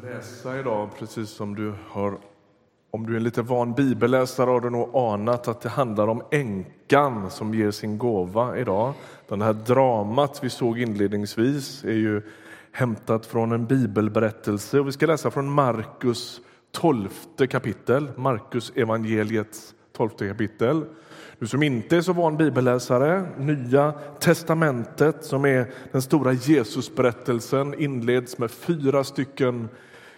läsa idag, precis som du har. Om du är en lite van bibelläsare har du nog anat att det handlar om änkan som ger sin gåva idag. Den här dramat vi såg inledningsvis är ju hämtat från en bibelberättelse. Och vi ska läsa från Markus 12:e kapitel. Markus evangeliets 12:e kapitel. Du som inte är så van bibelläsare, Nya testamentet som är den stora Jesusberättelsen inleds med 4 stycken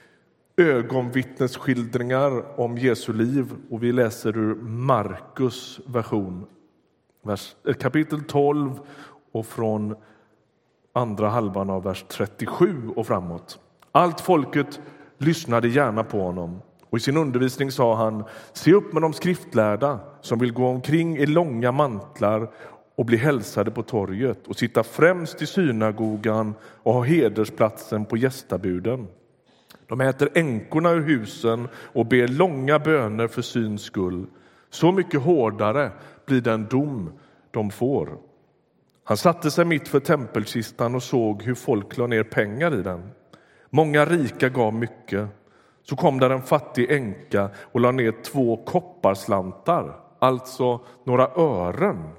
ögonvittnesskildringar om Jesu liv, och vi läser ur Markus version, kapitel 12 och från andra halvan av vers 37 och framåt. Allt folket lyssnade gärna på honom, och i sin undervisning sa han: se upp med de skriftlärda som vill gå omkring i långa mantlar och bli hälsade på torget och sitta främst i synagogan och ha hedersplatsen på gästabuden. De äter änkorna ur husen och ber långa böner för syns skull. Så mycket hårdare blir den dom de får. Han satte sig mitt för tempelkistan och såg hur folk la ner pengar i den. Många rika gav mycket. Så kom där en fattig änka och la ner 2 kopparslantar, alltså några ören.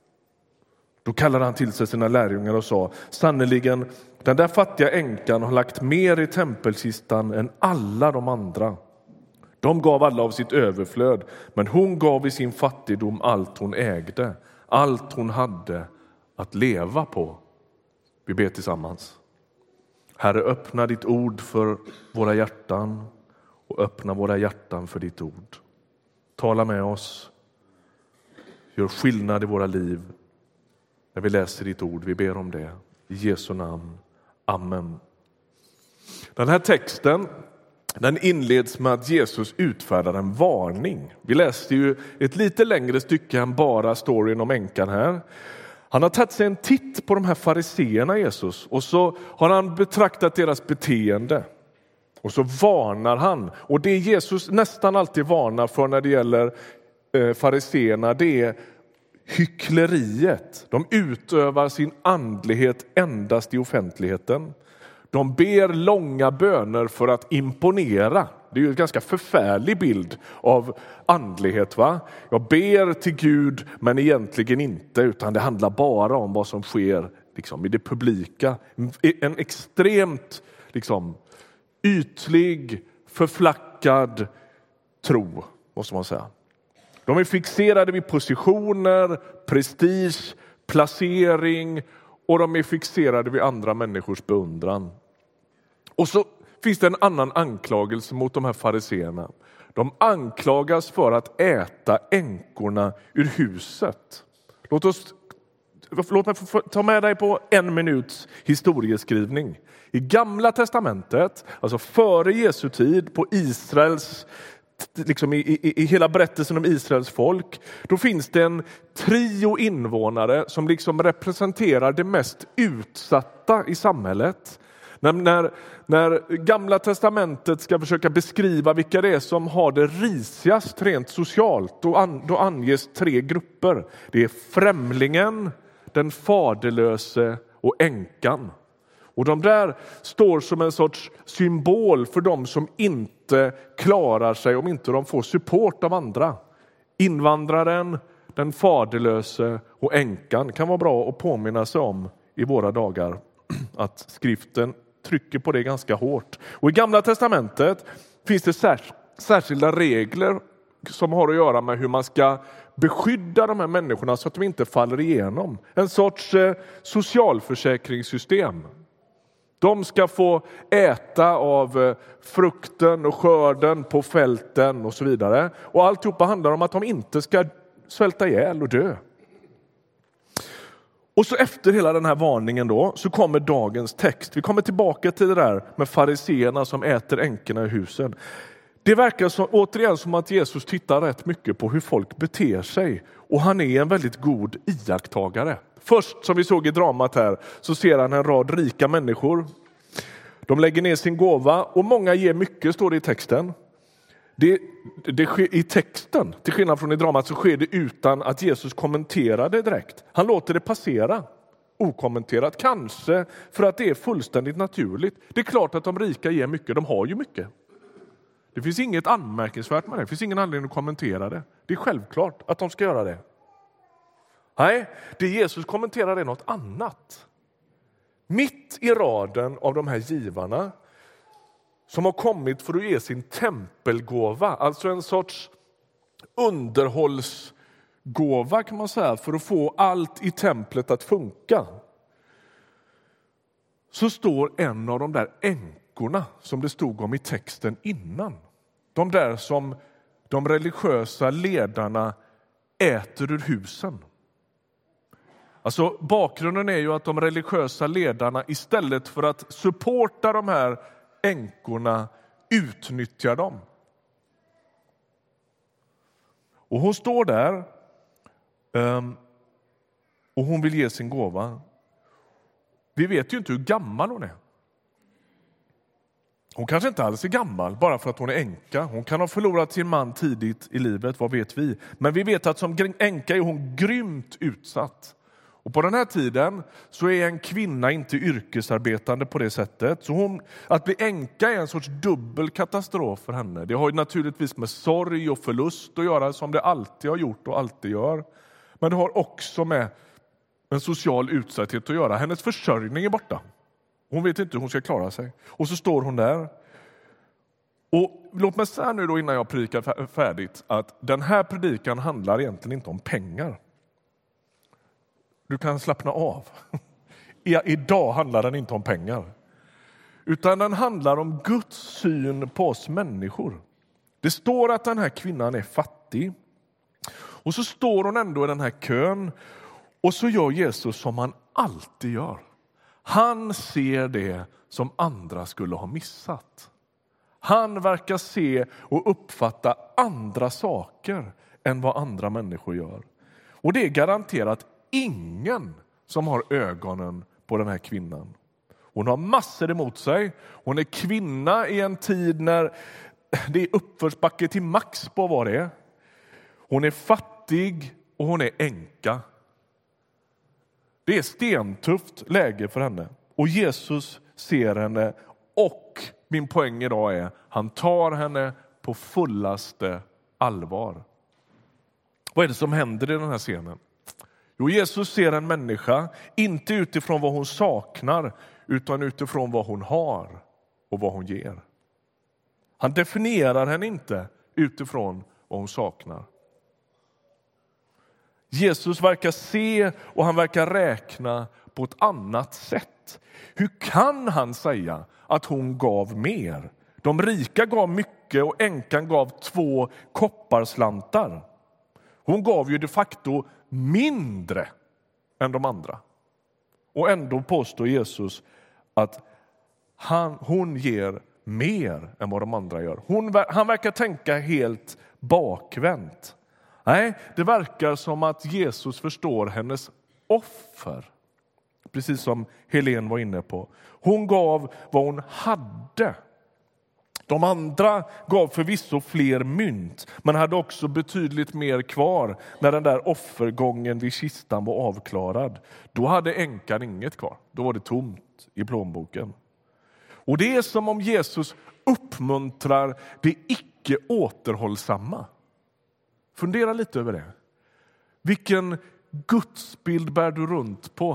Då kallade han till sig sina lärjungar och sa: sannoliken, den där fattiga änkan har lagt mer i tempelkistan än alla de andra. De gav alla av sitt överflöd, men hon gav i sin fattigdom allt hon ägde, allt hon hade att leva på. Vi ber tillsammans. Herre, öppna ditt ord för våra hjärtan och öppna våra hjärtan för ditt ord. Tala med oss, gör skillnad i våra liv när vi läser ditt ord. Vi ber om det i Jesu namn. Amen. Den här texten, den inleds med att Jesus utfärdar en varning. Vi läste ju ett lite längre stycke än bara storyn om änkan här. Han har tagit sig en titt på de här fariseerna, Jesus, och så har han betraktat deras beteende. Och så varnar han. Och det Jesus nästan alltid varnar för när det gäller fariseerna, det är hyckleriet. De utövar sin andlighet endast i offentligheten. De ber långa böner för att imponera. Det är ju en ganska förfärlig bild av andlighet, va? Jag ber till Gud men egentligen inte, utan det handlar bara om vad som sker liksom, i det publika. En extremt liksom, ytlig, förflackad tro, måste man säga. De är fixerade vid positioner, prestige, placering, och de är fixerade vid andra människors beundran. Och så finns det en annan anklagelse mot de här fariseerna. De anklagas för att äta änkorna ur huset. Låt mig få ta med dig på 1 minuts historieskrivning. I Gamla testamentet, alltså före Jesu tid, på Israels, liksom i hela berättelsen om Israels folk, då finns det en trio invånare som liksom representerar det mest utsatta i samhället. När Gamla testamentet ska försöka beskriva vilka det är som har det risigast rent socialt, då anges 3 grupper. Det är främlingen, den faderlöse och änkan. Och de där står som en sorts symbol för de som inte klarar sig om inte de får support av andra. Invandraren, den faderlöse och änkan kan vara bra att påminna sig om i våra dagar. Att skriften trycker på det ganska hårt. Och i Gamla testamentet finns det särskilda regler som har att göra med hur man ska beskydda de här människorna så att de inte faller igenom. En sorts socialförsäkringssystem. De ska få äta av frukten och skörden på fälten och så vidare. Och alltihopa handlar om att de inte ska svälta ihjäl och dö. Och så efter hela den här varningen då, så kommer dagens text. Vi kommer tillbaka till det där med fariseerna som äter änkorna i husen. Det verkar återigen som att Jesus tittar rätt mycket på hur folk beter sig. Och han är en väldigt god iakttagare. Först, som vi såg i dramat här, så ser han en rad rika människor. De lägger ner sin gåva och många ger mycket, står det i texten. Det sker i texten, till skillnad från i dramat, så sker det utan att Jesus kommenterar det direkt. Han låter det passera. okommenterat. Kanske för att det är fullständigt naturligt. Det är klart att de rika ger mycket, de har ju mycket. Det finns inget anmärkningsvärt med det, det finns ingen anledning att kommentera det. Det är självklart att de ska göra det. Nej, det Jesus kommenterar är något annat. Mitt i raden av de här givarna som har kommit för att ge sin tempelgåva, alltså en sorts underhållsgåva kan man säga, för att få allt i templet att funka, så står en av de där änkorna som det stod om i texten innan. De där som de religiösa ledarna äter ur husen. Alltså bakgrunden är ju att de religiösa ledarna istället för att supporta de här änkorna utnyttjar dem. Och hon står där och hon vill ge sin gåva. Vi vet ju inte hur gammal hon är. Hon kanske inte alls är gammal bara för att hon är änka. Hon kan ha förlorat sin man tidigt i livet, vad vet vi. Men vi vet att som änka är hon grymt utsatt. Och på den här tiden så är en kvinna inte yrkesarbetande på det sättet. Så att bli änka är en sorts dubbel katastrof för henne. Det har ju naturligtvis med sorg och förlust att göra, som det alltid har gjort och alltid gör. Men det har också med en social utsatthet att göra. Hennes försörjning är borta. Hon vet inte hur hon ska klara sig. Och så står hon där. Och låt mig säga nu då innan jag predikar färdigt att den här predikan handlar egentligen inte om pengar. Du kan slappna av. Idag handlar den inte om pengar. Utan den handlar om Guds syn på oss människor. Det står att den här kvinnan är fattig. Och så står hon ändå i den här kön. Och så gör Jesus som han alltid gör. Han ser det som andra skulle ha missat. Han verkar se och uppfatta andra saker än vad andra människor gör. Och det är garanterat ingen som har ögonen på den här kvinnan. Hon har massor emot sig. Hon är kvinna i en tid när det är uppförsbacke till max på vad det är. Hon är fattig och hon är änka. Det är stentufft läge för henne. Och Jesus ser henne och min poäng idag är han tar henne på fullaste allvar. Vad är det som händer i den här scenen? Jo, Jesus ser en människa inte utifrån vad hon saknar utan utifrån vad hon har och vad hon ger. Han definierar henne inte utifrån vad hon saknar. Jesus verkar se och han verkar räkna på ett annat sätt. Hur kan han säga att hon gav mer? De rika gav mycket och änkan gav 2 kopparslantar. Hon gav ju de facto mindre än de andra. Och ändå påstår Jesus att hon ger mer än vad de andra gör. Han verkar tänka helt bakvänt. Nej, det verkar som att Jesus förstår hennes offer. Precis som Helene var inne på. Hon gav vad hon hade. De andra gav förvisso fler mynt, men hade också betydligt mer kvar när den där offergången vid kistan var avklarad. Då hade änkan inget kvar. Då var det tomt i plånboken. Och det är som om Jesus uppmuntrar det icke återhållsamma. Fundera lite över det. Vilken gudsbild bär du runt på?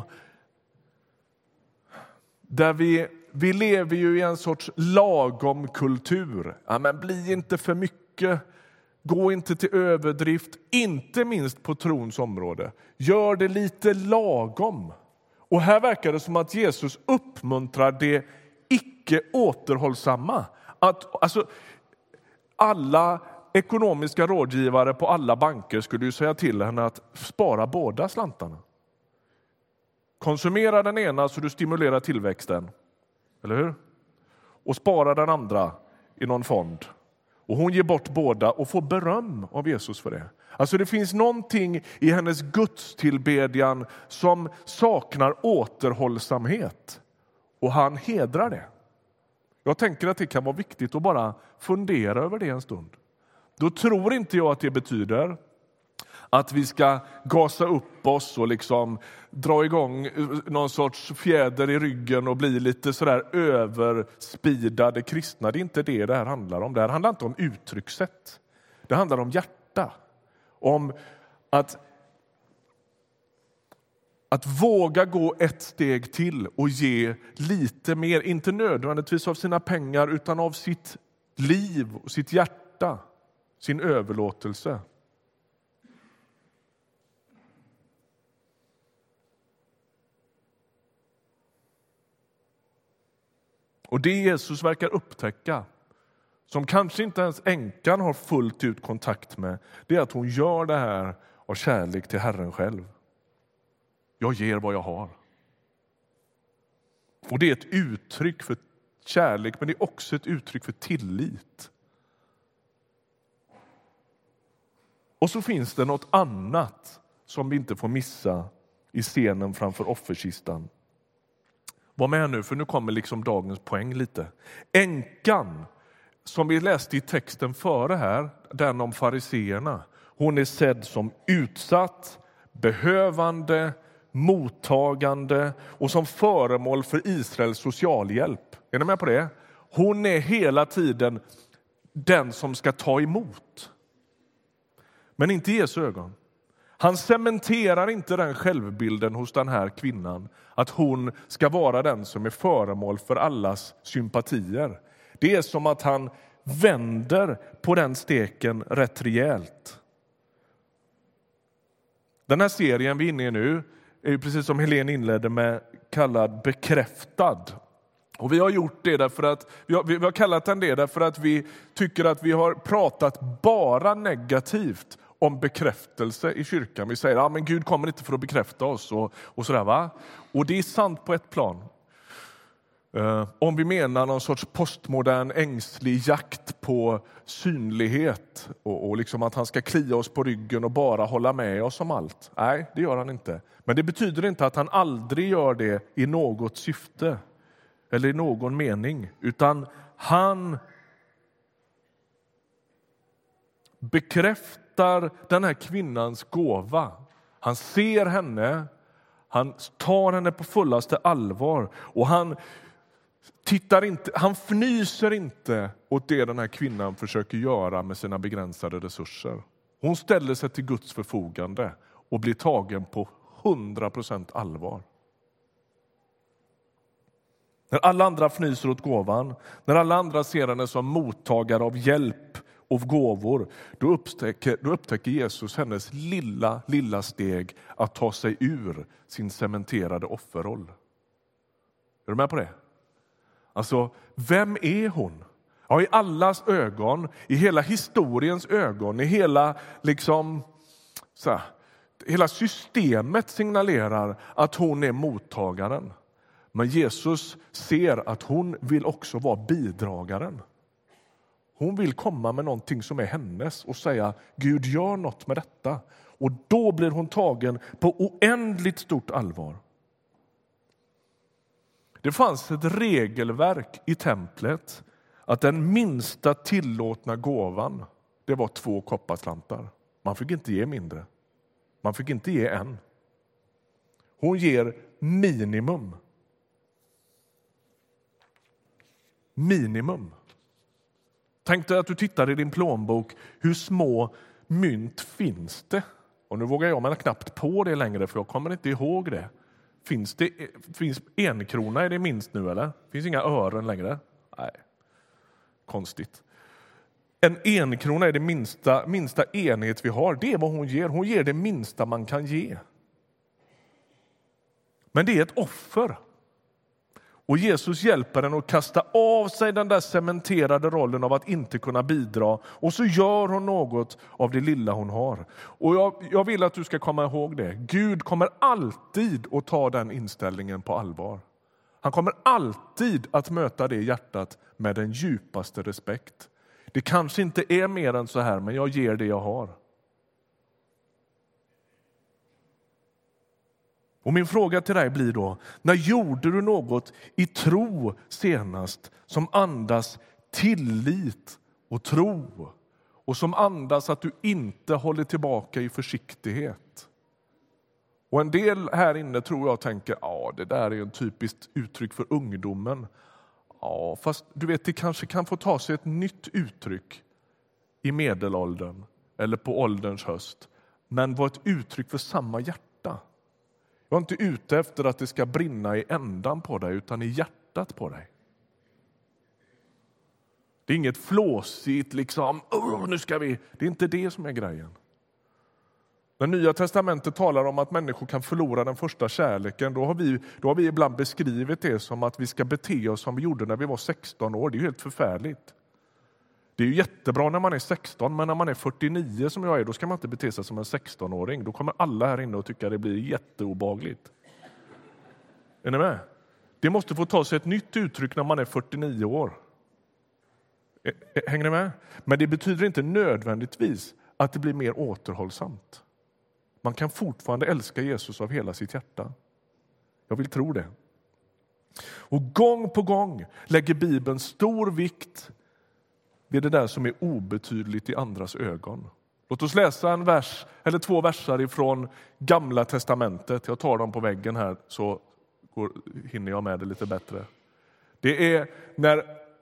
Där vi lever ju i en sorts lagom kultur. Ja, men bli inte för mycket. Gå inte till överdrift. Inte minst på trons område. Gör det lite lagom. Och här verkar det som att Jesus uppmuntrar det icke återhållsamma. Alltså, alla ekonomiska rådgivare på alla banker skulle ju säga till henne att spara båda slantarna. Konsumera den ena så du stimulerar tillväxten. Eller hur? Och spara den andra i någon fond. Och hon ger bort båda och får beröm av Jesus för det. Alltså det finns någonting i hennes gudstillbedjan som saknar återhållsamhet. Och han hedrar det. Jag tänker att det kan vara viktigt att bara fundera över det en stund. Då tror inte jag att det betyder att vi ska gasa upp oss och liksom dra igång någon sorts fjäder i ryggen och bli lite sådär överspidade kristna. Det är inte det här handlar om. Det här handlar inte om uttryckssätt. Det handlar om hjärta. Om att våga gå ett steg till och ge lite mer, inte nödvändigtvis av sina pengar utan av sitt liv och sitt hjärta, sin överlåtelse. Och det Jesus verkar upptäcka, som kanske inte ens änkan har fullt ut kontakt med, det är att hon gör det här av kärlek till Herren själv. Jag ger vad jag har. Och det är ett uttryck för kärlek, men det är också ett uttryck för tillit. Och så finns det något annat som vi inte får missa i scenen framför offerkistan. Var med nu, för nu kommer liksom dagens poäng lite. Änkan, som vi läste i texten före här, den om fariseerna, hon är sedd som utsatt, behövande, mottagande och som föremål för Israels socialhjälp. Är ni med på det? Hon är hela tiden den som ska ta emot. Men inte i Jesu ögon. Han cementerar inte den självbilden hos den här kvinnan att hon ska vara den som är föremål för allas sympatier. Det är som att han vänder på den steken rätt rejält. Den här serien vi är inne i nu är ju precis som Helene inledde med kallad bekräftad. Och vi har gjort det därför att vi har kallat den det därför att vi tycker att vi har pratat bara negativt om bekräftelse i kyrkan. Vi säger men Gud kommer inte för att bekräfta oss och sådär, va? Och det är sant på ett plan. Om vi menar någon sorts postmodern ängslig jakt på synlighet och liksom att han ska klia oss på ryggen och bara hålla med oss om allt. Nej, det gör han inte. Men det betyder inte att han aldrig gör det i något syfte eller i någon mening, utan han bekräftar den här kvinnans gåva. Han ser henne, han tar henne på fullaste allvar och han fnyser inte åt det den här kvinnan försöker göra med sina begränsade resurser. Hon ställer sig till Guds förfogande och blir tagen på 100% allvar. När alla andra fnyser åt gåvan, när alla andra ser henne som mottagare av hjälp och gåvor, då upptäcker Jesus hennes lilla steg att ta sig ur sin cementerade offerroll. Är du med på det? Alltså, vem är hon? Ja, i allas ögon, i hela historiens ögon, i hela hela systemet signalerar att hon är mottagaren. Men Jesus ser att hon vill också vara bidragaren. Hon vill komma med någonting som är hennes och säga Gud, gör något med detta. Och då blir hon tagen på oändligt stort allvar. Det fanns ett regelverk i templet att den minsta tillåtna gåvan, det var 2 kopparslantar. Man fick inte ge mindre. Man fick inte ge en. Hon ger minimum. Minimum. Tänk dig att du tittar i din plånbok. Hur små mynt finns det? Och nu vågar jag mig knappt på det längre för jag kommer inte ihåg det. Finns 1 krona är det minst nu eller? Finns inga ören längre? Nej. Konstigt. En 1 krona är det minsta enhet vi har. Det är vad hon ger. Hon ger det minsta man kan ge. Men det är ett offer. Och Jesus hjälper den att kasta av sig den där cementerade rollen av att inte kunna bidra. Och så gör hon något av det lilla hon har. Och jag vill att du ska komma ihåg det. Gud kommer alltid att ta den inställningen på allvar. Han kommer alltid att möta det hjärtat med den djupaste respekt. Det kanske inte är mer än så här, men jag ger det jag har. Och min fråga till dig blir då, när gjorde du något i tro senast som andas tillit och tro och som andas att du inte håller tillbaka i försiktighet. Och en del här inne tror jag tänker, ja, det där är en typiskt uttryck för ungdomen. Ja, fast du vet, det kanske kan få ta sig ett nytt uttryck i medelåldern eller på ålderns höst, men var ett uttryck för samma hjärta. Jag är inte ute efter att det ska brinna i ändan på dig, utan i hjärtat på dig. Det är inget flåsigt liksom, nu ska vi. Det är inte det som är grejen. När Nya testamentet talar om att människor kan förlora den första kärleken, då har vi ibland beskrivit det som att vi ska bete oss som vi gjorde när vi var 16 år. Det är ju helt förfärligt. Det är ju jättebra när man är 16, men när man är 49 som jag är, då ska man inte bete sig som en 16-åring. Då kommer alla här inne och tycka det blir jätteobehagligt. Är ni med? Det måste få ta sig ett nytt uttryck när man är 49 år. Hänger ni med? Men det betyder inte nödvändigtvis att det blir mer återhållsamt. Man kan fortfarande älska Jesus av hela sitt hjärta. Jag vill tro det. Och gång på gång lägger Bibeln stor vikt vid det där som är obetydligt i andras ögon. Låt oss läsa en vers eller två versar ifrån Gamla testamentet. Jag tar dem på väggen här så hinner jag med det lite bättre. Det är när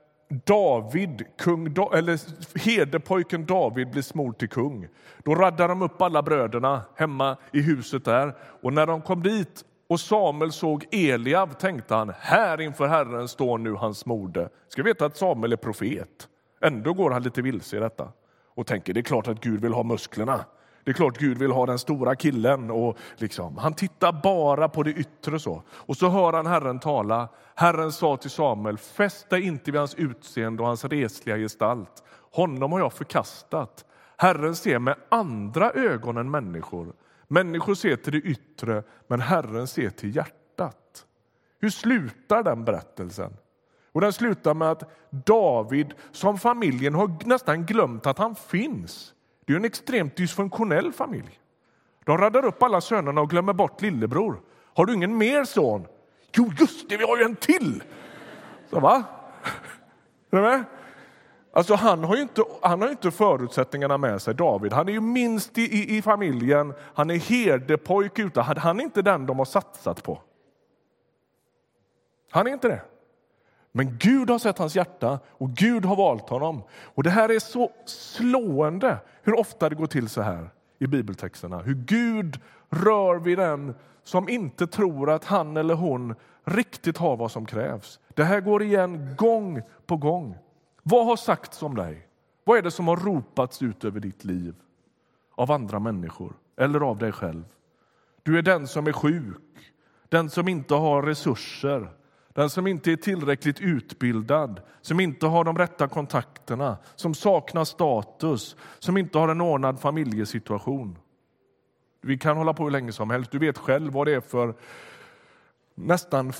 herdepojken David blir smord till kung. Då raddar de upp alla bröderna hemma i huset där. Och när de kom dit och Samuel såg Eliab tänkte han, här inför Herren står nu hans smorde. Ska veta att Samuel är profet. Ändå går han lite vilse i detta. Och tänker, det är klart att Gud vill ha musklerna. Det är klart Gud vill ha den stora killen. Och liksom, han tittar bara på det yttre så. Och så hör han Herren tala. Herren sa till Samuel, fäst dig inte vid hans utseende och hans resliga gestalt. Honom har jag förkastat. Herren ser med andra ögon än människor. Människor ser till det yttre, men Herren ser till hjärtat. Hur slutar den berättelsen? Och den slutar med att David, som familjen har nästan glömt att han finns. Det är en extremt dysfunktionell familj. De raddar upp alla sönerna och glömmer bort lillebror. Har du ingen mer son? Jo, just det, vi har ju en till. Så va? Är du med? Alltså han har ju inte förutsättningarna med sig, David. Han är ju minst i familjen. Han är herdepojk ute. Han är inte den de har satsat på. Han är inte det. Men Gud har sett hans hjärta och Gud har valt honom. Och det här är så slående hur ofta det går till så här i bibeltexterna. Hur Gud rör vid den som inte tror att han eller hon riktigt har vad som krävs. Det här går igen gång på gång. Vad har sagts om dig? Vad är det som har ropats ut över ditt liv? Av andra människor eller av dig själv? Du är den som är sjuk. Den som inte har resurser. Den som inte är tillräckligt utbildad, som inte har de rätta kontakterna, som saknar status, som inte har en ordnad familjesituation. Vi kan hålla på hur länge som helst. Du vet själv vad det är för nästan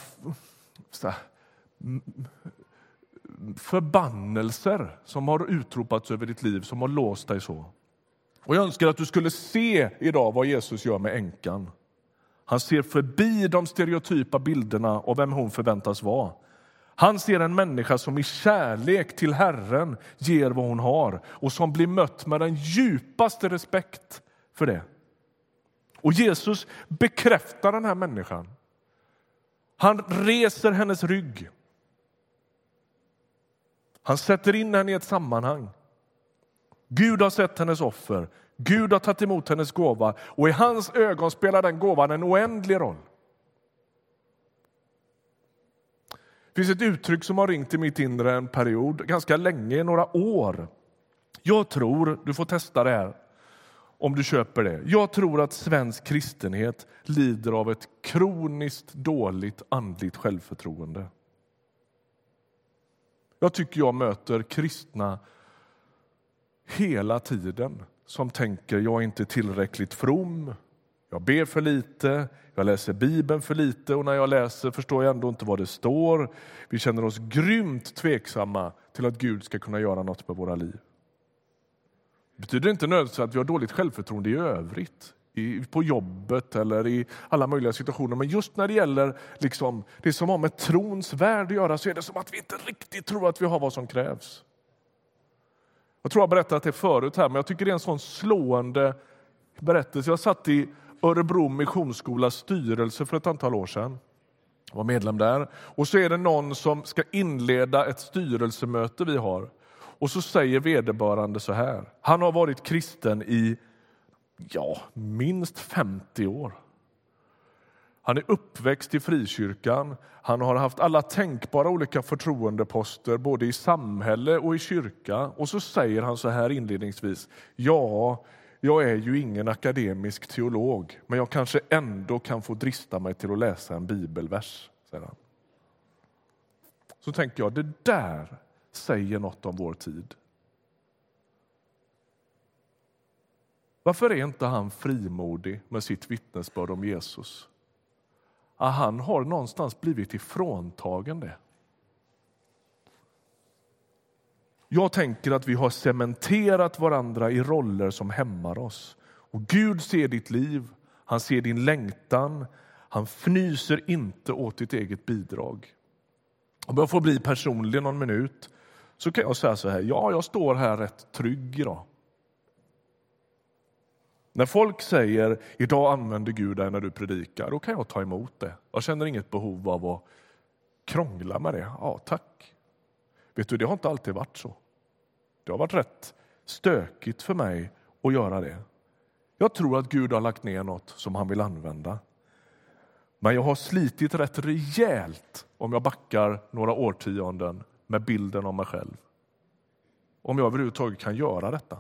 förbannelser som har utropats över ditt liv, som har låst dig så. Och jag önskar att du skulle se idag vad Jesus gör med änkan. Han ser förbi de stereotypa bilderna av vem hon förväntas vara. Han ser en människa som i kärlek till Herren ger vad hon har och som blir mött med den djupaste respekt för det. Och Jesus bekräftar den här människan. Han reser hennes rygg. Han sätter in henne i ett sammanhang. Gud har sett hennes offer. Gud har tagit emot hennes gåva och i hans ögon spelar den gåvan en oändlig roll. Det finns ett uttryck som har ringt i mitt inre en period, ganska länge, några år. Jag tror, du får testa det här om du köper det. Jag tror att svensk kristenhet lider av ett kroniskt dåligt andligt självförtroende. Jag tycker jag möter kristna hela tiden som tänker jag är inte tillräckligt from, jag ber för lite, jag läser Bibeln för lite och när jag läser förstår jag ändå inte vad det står. Vi känner oss grymt tveksamma till att Gud ska kunna göra något med våra liv. Det betyder inte nödvändigtvis att vi har dåligt självförtroende i övrigt, på jobbet eller i alla möjliga situationer. Men just när det gäller liksom, det som har med trons värld att göra så är det som att vi inte riktigt tror att vi har vad som krävs. Jag tror jag berättat det förut här, men jag tycker det är en sån slående berättelse. Jag satt i Örebro Missionsskolas styrelse för ett antal år sedan. Jag var medlem där. Och så är det någon som ska inleda ett styrelsemöte vi har. Och så säger vederbörande så här. Han har varit kristen i minst 50 år. Han är uppväxt i frikyrkan. Han har haft alla tänkbara olika förtroendeposter både i samhälle och i kyrka. Och så säger han så här inledningsvis. Ja, jag är ju ingen akademisk teolog, men jag kanske ändå kan få drista mig till att läsa en bibelvers, säger han. Så tänker jag, det där säger något om vår tid. Varför är inte han frimodig med sitt vittnesbörd om Jesus? Han har någonstans blivit ifråntagen det. Jag tänker att vi har cementerat varandra i roller som hämmar oss. Och Gud ser ditt liv, han ser din längtan, han fnyser inte åt ditt eget bidrag. Om jag får bli personlig någon minut så kan jag säga så här, jag står här rätt trygg idag. När folk säger, idag använder Gud dig när du predikar, då kan jag ta emot det. Jag känner inget behov av att krångla med det. Ja, tack. Vet du, det har inte alltid varit så. Det har varit rätt stökigt för mig att göra det. Jag tror att Gud har lagt ner något som han vill använda. Men jag har slitit rätt rejält om jag backar några årtionden med bilden av mig själv. Om jag överhuvudtaget kan göra detta.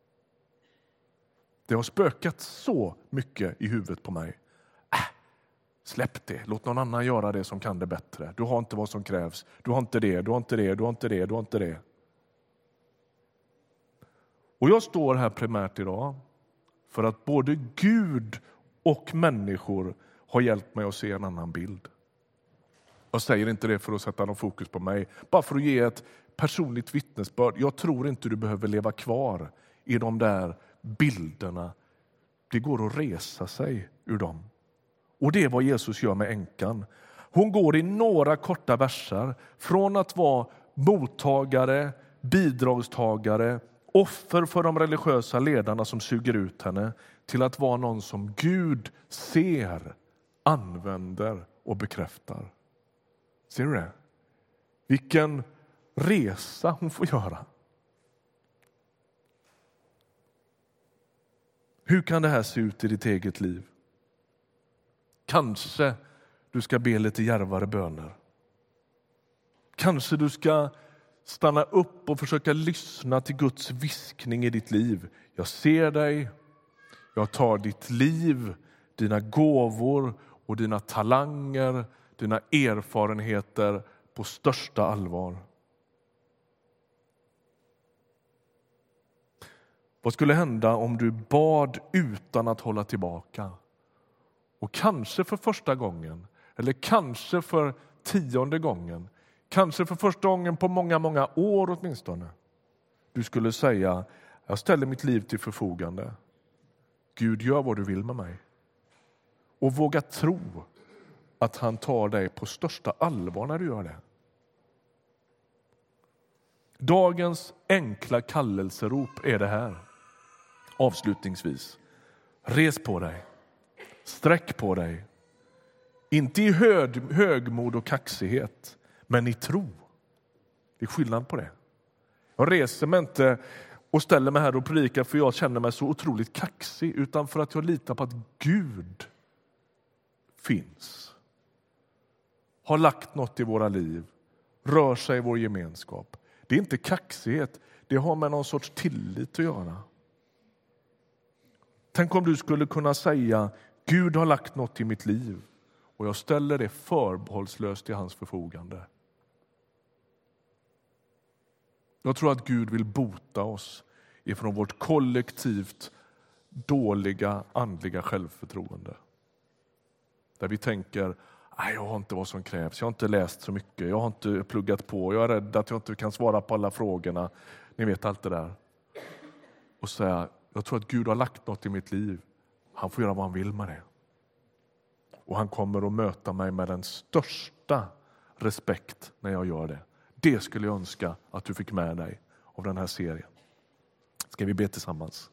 Det har spökat så mycket i huvudet på mig. Släpp det. Låt någon annan göra det som kan det bättre. Du har inte vad som krävs. Du har inte det, du har inte det, du har inte det, du har inte det. Och jag står här primärt idag för att både Gud och människor har hjälpt mig att se en annan bild. Jag säger inte det för att sätta någon fokus på mig. Bara för att ge ett personligt vittnesbörd. Jag tror inte du behöver leva kvar i de där bilderna. Det går att resa sig ur dem. Och det är vad Jesus gör med änkan. Hon går i några korta verser från att vara mottagare, bidragstagare, offer för de religiösa ledarna som suger ut henne till att vara någon som Gud ser, använder och bekräftar. Ser du det? Vilken resa hon får göra. Hur kan det här se ut i ditt eget liv? Kanske du ska be lite djärvare böner. Kanske du ska stanna upp och försöka lyssna till Guds viskning i ditt liv. Jag ser dig, jag tar ditt liv, dina gåvor och dina talanger, dina erfarenheter på största allvar. Vad skulle hända om du bad utan att hålla tillbaka? Och kanske för första gången, eller kanske för 10:e gången, kanske för första gången på många, många år åtminstone. Du skulle säga, jag ställer mitt liv till förfogande. Gud, gör vad du vill med mig. Och våga tro att han tar dig på största allvar när du gör det. Dagens enkla kallelserop är det här. Avslutningsvis. Res på dig. Sträck på dig. Inte i högmod och kaxighet, men i tro. Det är skillnad på det. Jag reser mig inte och ställer mig här och predikar för jag känner mig så otroligt kaxig, utan för att jag litar på att Gud finns. Har lagt något i våra liv. Rör sig i vår gemenskap. Det är inte kaxighet. Det har med någon sorts tillit att göra. Tänk om du skulle kunna säga, Gud har lagt något i mitt liv och jag ställer det förbehållslöst till hans förfogande. Jag tror att Gud vill bota oss ifrån vårt kollektivt dåliga andliga självförtroende. Där vi tänker, jag har inte vad som krävs, jag har inte läst så mycket, jag har inte pluggat på, jag är rädd att jag inte kan svara på alla frågorna. Ni vet allt det där. Och säga, jag tror att Gud har lagt något i mitt liv. Han får göra vad han vill med det. Och han kommer att möta mig med den största respekt när jag gör det. Det skulle jag önska att du fick med dig av den här serien. Ska vi be tillsammans?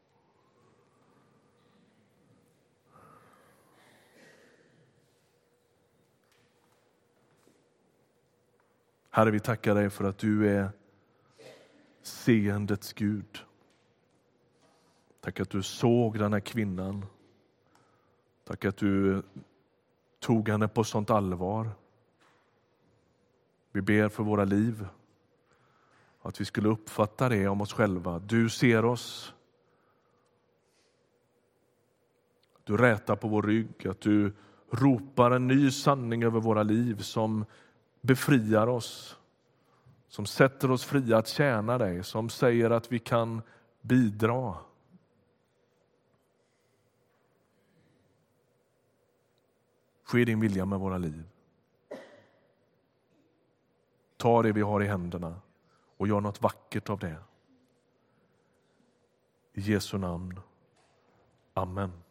Herre, vi tackar dig för att du är seendets Gud. Tack att du såg den här kvinnan. Tack att du tog henne på sånt allvar. Vi ber för våra liv. Att vi skulle uppfatta det om oss själva. Du ser oss. Du rätar på vår rygg. Att du ropar en ny sanning över våra liv som befriar oss. Som sätter oss fria att tjäna dig. Som säger att vi kan bidra. Ske din vilja med våra liv. Ta det vi har i händerna och gör något vackert av det. I Jesu namn. Amen.